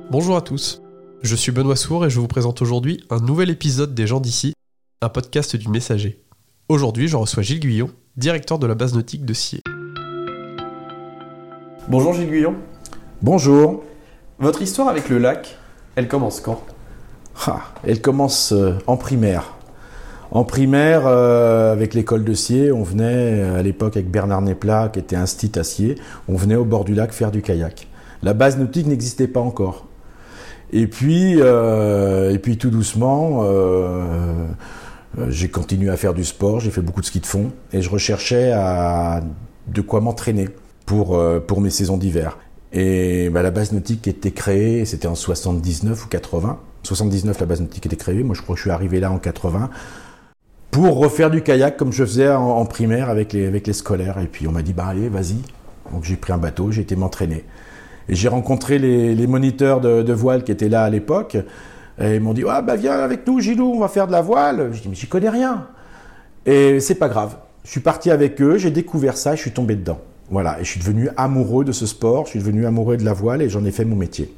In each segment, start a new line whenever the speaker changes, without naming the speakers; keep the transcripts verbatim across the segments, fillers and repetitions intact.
Bonjour à tous, je suis Benoît Sourd et je vous présente aujourd'hui un nouvel épisode des gens d'ici, un podcast du Messager. Aujourd'hui, je reçois Gilles Guyon, directeur de la base nautique de Sciez. Bonjour Gilles Guyon.
Bonjour.
Votre histoire avec le lac, elle commence quand ?
ah, Elle commence euh, en primaire. En primaire, euh, avec l'école de Sciez, on venait à l'époque avec Bernard Neplat, qui était instit à Sciez, on venait au bord du lac faire du kayak. La base nautique n'existait pas encore. Et puis, euh, et puis tout doucement, euh, j'ai continué à faire du sport, j'ai fait beaucoup de ski de fond, et je recherchais à, de quoi m'entraîner pour, euh, pour mes saisons d'hiver. Et bah, la base nautique était créée, c'était en soixante-dix-neuf ou quatre-vingts. soixante-dix-neuf, la base nautique était créée, moi je crois que je suis arrivé là en quatre-vingts, pour refaire du kayak comme je faisais en, en primaire avec les, avec les scolaires. Et puis on m'a dit, bah allez, vas-y. Donc j'ai pris un bateau, j'ai été m'entraîner. Et j'ai rencontré les, les moniteurs de, de voile qui étaient là à l'époque. Et ils m'ont dit, ah bah viens avec nous Gilou, on va faire de la voile. Je dis, mais j'y connais rien. Et c'est pas grave. Je suis parti avec eux, j'ai découvert ça, je suis tombé dedans. Voilà, et je suis devenu amoureux de ce sport, je suis devenu amoureux de la voile et j'en ai fait mon métier.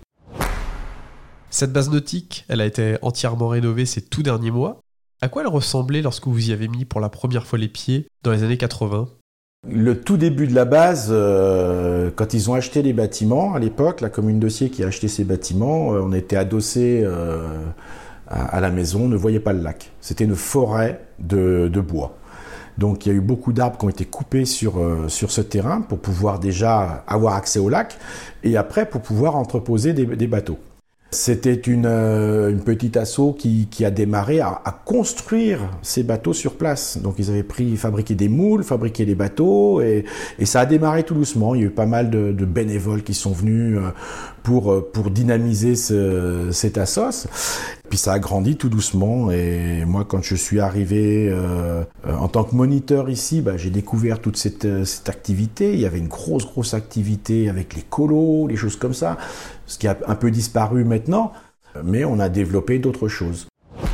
Cette base nautique, elle a été entièrement rénovée ces tout derniers mois. À quoi elle ressemblait lorsque vous y avez mis pour la première fois les pieds dans les années quatre-vingts ?
Le tout début de la base, euh, quand ils ont acheté les bâtiments, à l'époque, la commune de Sciez qui a acheté ces bâtiments, euh, on était adossés euh, à, à la maison, on ne voyait pas le lac. C'était une forêt de, de bois. Donc il y a eu beaucoup d'arbres qui ont été coupés sur, euh, sur ce terrain pour pouvoir déjà avoir accès au lac et après pour pouvoir entreposer des, des bateaux. C'était une, euh, une petite asso qui, qui a démarré à, à construire ces bateaux sur place. Donc ils avaient pris, fabriqué des moules, fabriqué des bateaux et, et ça a démarré tout doucement. Il y a eu pas mal de, de bénévoles qui sont venus euh, pour, pour dynamiser ce, cette assos. Puis ça a grandi tout doucement et moi quand je suis arrivé euh, euh, en tant que moniteur ici, bah, j'ai découvert toute cette, cette activité. Il y avait une grosse grosse activité avec les colos, les choses comme ça, ce qui a un peu disparu maintenant, mais on a développé d'autres choses.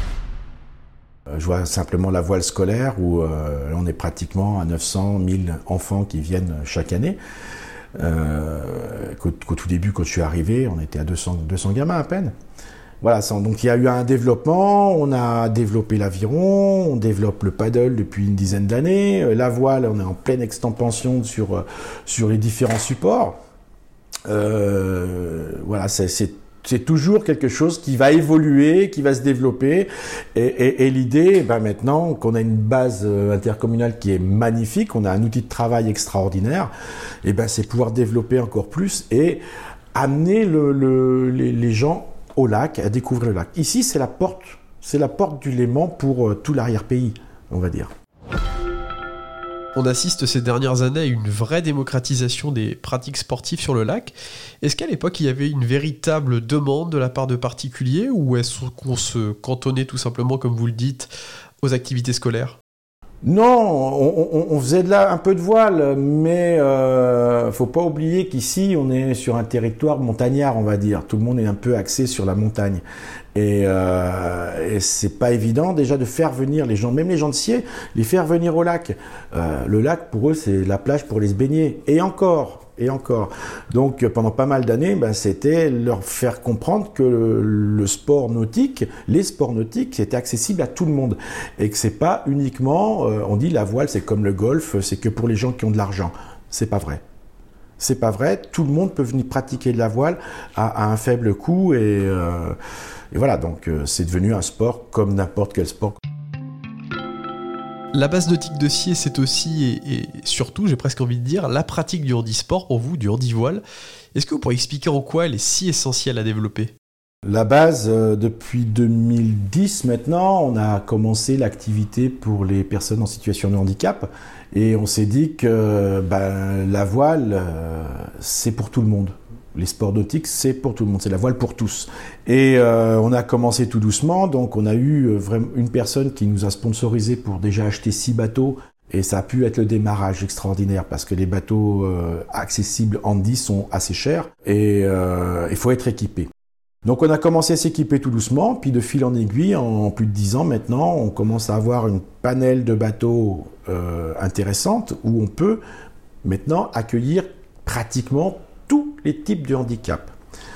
Euh, je vois simplement la voile scolaire où euh, on est pratiquement à neuf cents mille enfants qui viennent chaque année. Euh, qu'au, qu'au tout début quand je suis arrivé, on était à deux cents, deux cents gamins à peine. Voilà, donc il y a eu un développement, on a développé l'aviron, on développe le paddle depuis une dizaine d'années, la voile, on est en pleine expansion sur, sur les différents supports. Euh, voilà, c'est, c'est, c'est toujours quelque chose qui va évoluer, qui va se développer, et, et, et l'idée, ben maintenant qu'on a une base intercommunale qui est magnifique, on a un outil de travail extraordinaire, et ben c'est pouvoir développer encore plus et amener le, le, les, les gens au lac, à découvrir le lac. Ici, c'est la porte, c'est la porte du Léman pour euh, tout l'arrière-pays, on va dire.
On assiste ces dernières années à une vraie démocratisation des pratiques sportives sur le lac. Est-ce qu'à l'époque, il y avait une véritable demande de la part de particuliers ou est-ce qu'on se cantonnait tout simplement, comme vous le dites, aux activités scolaires ?
Non, on, on, on faisait de là un peu de voile, mais euh, faut pas oublier qu'ici on est sur un territoire montagnard, on va dire. Tout le monde est un peu axé sur la montagne, et, euh, et c'est pas évident déjà de faire venir les gens, même les gens de Sciez, les faire venir au lac. Euh, le lac pour eux c'est la plage pour les se baigner, et encore. Et encore. Donc pendant pas mal d'années, ben, c'était leur faire comprendre que le, le sport nautique, les sports nautiques, c'était accessible à tout le monde. Et que c'est pas uniquement, euh, on dit la voile c'est comme le golf, c'est que pour les gens qui ont de l'argent. C'est pas vrai. C'est pas vrai. Tout le monde peut venir pratiquer de la voile à, à un faible coût et, euh, et voilà. Donc euh, c'est devenu un sport comme n'importe quel sport.
La base nautique de Sciez, c'est aussi, et, et surtout, j'ai presque envie de dire, la pratique du handisport pour vous, du handivoile. Est-ce que vous pourriez expliquer en quoi elle est si essentielle à développer ?
La base, euh, depuis deux mille dix maintenant, on a commencé l'activité pour les personnes en situation de handicap et on s'est dit que ben, la voile, euh, c'est pour tout le monde. Les sports nautiques, c'est pour tout le monde, c'est la voile pour tous. Et euh, on a commencé tout doucement, donc on a eu vraiment une personne qui nous a sponsorisé pour déjà acheter six bateaux. Et ça a pu être le démarrage extraordinaire parce que les bateaux euh, accessibles handi sont assez chers et euh, il faut être équipé. Donc on a commencé à s'équiper tout doucement, puis de fil en aiguille, en plus de dix ans maintenant, on commence à avoir une panel de bateaux euh, intéressante où on peut maintenant accueillir pratiquement tous les types de handicap.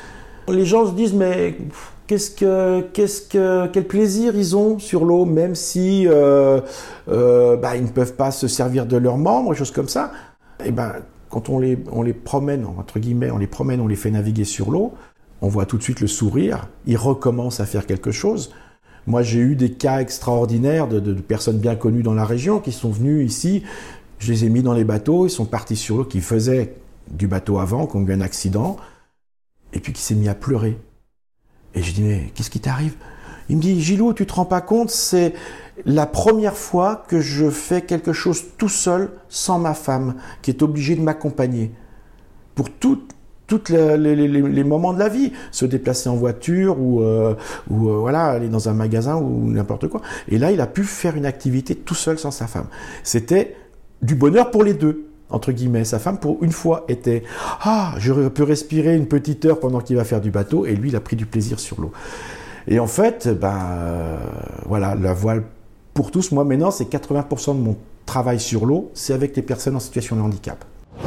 Les gens se disent, mais qu'est-ce que, qu'est-ce que, quel plaisir ils ont sur l'eau, même si euh, euh, bah, ils ne peuvent pas se servir de leurs membres, des choses comme ça. Et ben, quand on les, on les promène, entre guillemets, on les promène, on les fait naviguer sur l'eau, on voit tout de suite le sourire, ils recommencent à faire quelque chose. Moi, j'ai eu des cas extraordinaires de, de, de personnes bien connues dans la région qui sont venues ici, je les ai mis dans les bateaux, ils sont partis sur l'eau, qui faisaient du bateau avant, qui ont eu un accident, et puis qui s'est mis à pleurer. Et je dis, mais qu'est-ce qui t'arrive ? Il me dit, Gilou, tu te rends pas compte, c'est la première fois que je fais quelque chose tout seul, sans ma femme, qui est obligée de m'accompagner. Pour tous les, les, les, les moments de la vie, se déplacer en voiture, ou, euh, ou euh, voilà, aller dans un magasin, ou n'importe quoi. Et là, il a pu faire une activité tout seul, sans sa femme. C'était du bonheur pour les deux. Entre guillemets, sa femme, pour une fois, était « Ah, je peux respirer une petite heure pendant qu'il va faire du bateau », et lui, il a pris du plaisir sur l'eau. Et en fait, ben, euh, voilà, la voile pour tous, moi maintenant, c'est quatre-vingts pour cent de mon travail sur l'eau, c'est avec les personnes en situation de handicap.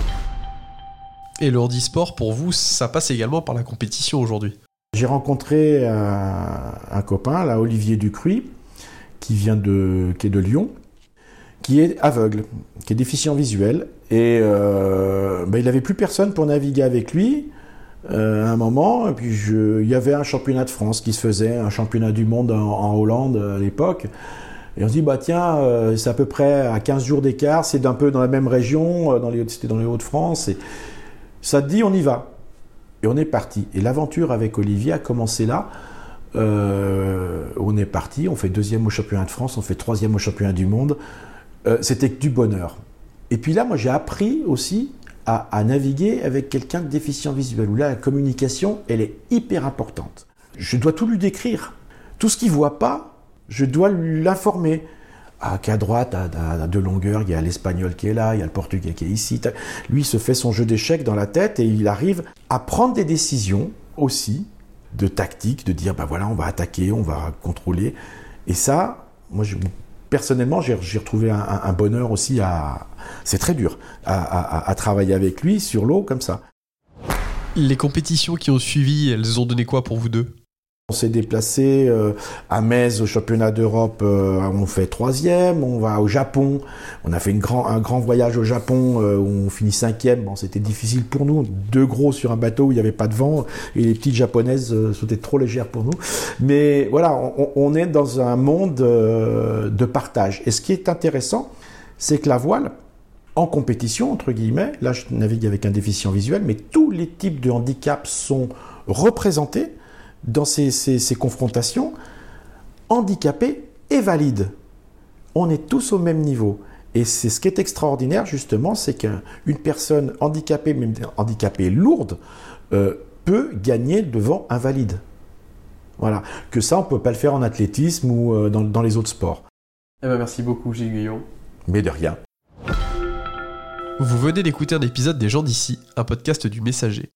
Et le handisport, pour vous, ça passe également par la compétition aujourd'hui ?
J'ai rencontré un, un copain, là, Olivier Ducruy, qui vient de, qui est de Lyon, qui est aveugle, qui est déficient visuel, et euh, ben, il n'avait plus personne pour naviguer avec lui euh, à un moment, et puis je, il y avait un championnat de France qui se faisait, un championnat du monde en, en Hollande à l'époque, et on se dit, bah tiens, euh, c'est à peu près à quinze jours d'écart, c'est un peu dans la même région, dans les, c'était dans les Hauts-de-France, et ça te dit, on y va. Et on est parti. Et l'aventure avec Olivier a commencé là. Euh, on est parti, on fait deuxième au championnat de France, on fait troisième au championnat du monde. Euh, c'était que du bonheur. Et puis là, moi, j'ai appris aussi à, à naviguer avec quelqu'un de déficient visuel, où là, la communication, elle est hyper importante. Je dois tout lui décrire. Tout ce qu'il ne voit pas, je dois l'informer. Ah, qu'à droite, à, à deux longueurs, il y a l'espagnol qui est là, il y a le portugais qui est ici. Lui, il se fait son jeu d'échecs dans la tête et il arrive à prendre des décisions aussi, de tactique, de dire, ben voilà, on va attaquer, on va contrôler. Et ça, moi, je... personnellement, j'ai, j'ai retrouvé un, un bonheur aussi à... C'est très dur, à, à, à travailler avec lui sur l'eau comme ça.
Les compétitions qui ont suivi, elles ont donné quoi pour vous deux ?
On s'est déplacé euh, à Metz au championnat d'Europe, euh, on fait troisième, on va au Japon, on a fait une grand, un grand voyage au Japon euh, où on finit cinquième, bon, c'était difficile pour nous, deux gros sur un bateau où il n'y avait pas de vent et les petites japonaises euh, c'était trop légères pour nous, mais voilà, on, on est dans un monde euh, de partage. Et ce qui est intéressant, c'est que la voile, en compétition, entre guillemets, là je navigue avec un déficient visuel, mais tous les types de handicaps sont représentés dans ces, ces, ces confrontations, handicapés et valides. On est tous au même niveau. Et c'est ce qui est extraordinaire, justement, c'est qu'une personne handicapée, même handicapée lourde, euh, peut gagner devant un valide. Voilà. Que ça, on ne peut pas le faire en athlétisme ou euh, dans, dans les autres sports.
Eh ben, merci beaucoup, Gilles Guillon.
Mais de rien.
Vous venez d'écouter un épisode des gens d'ici, un podcast du Messager.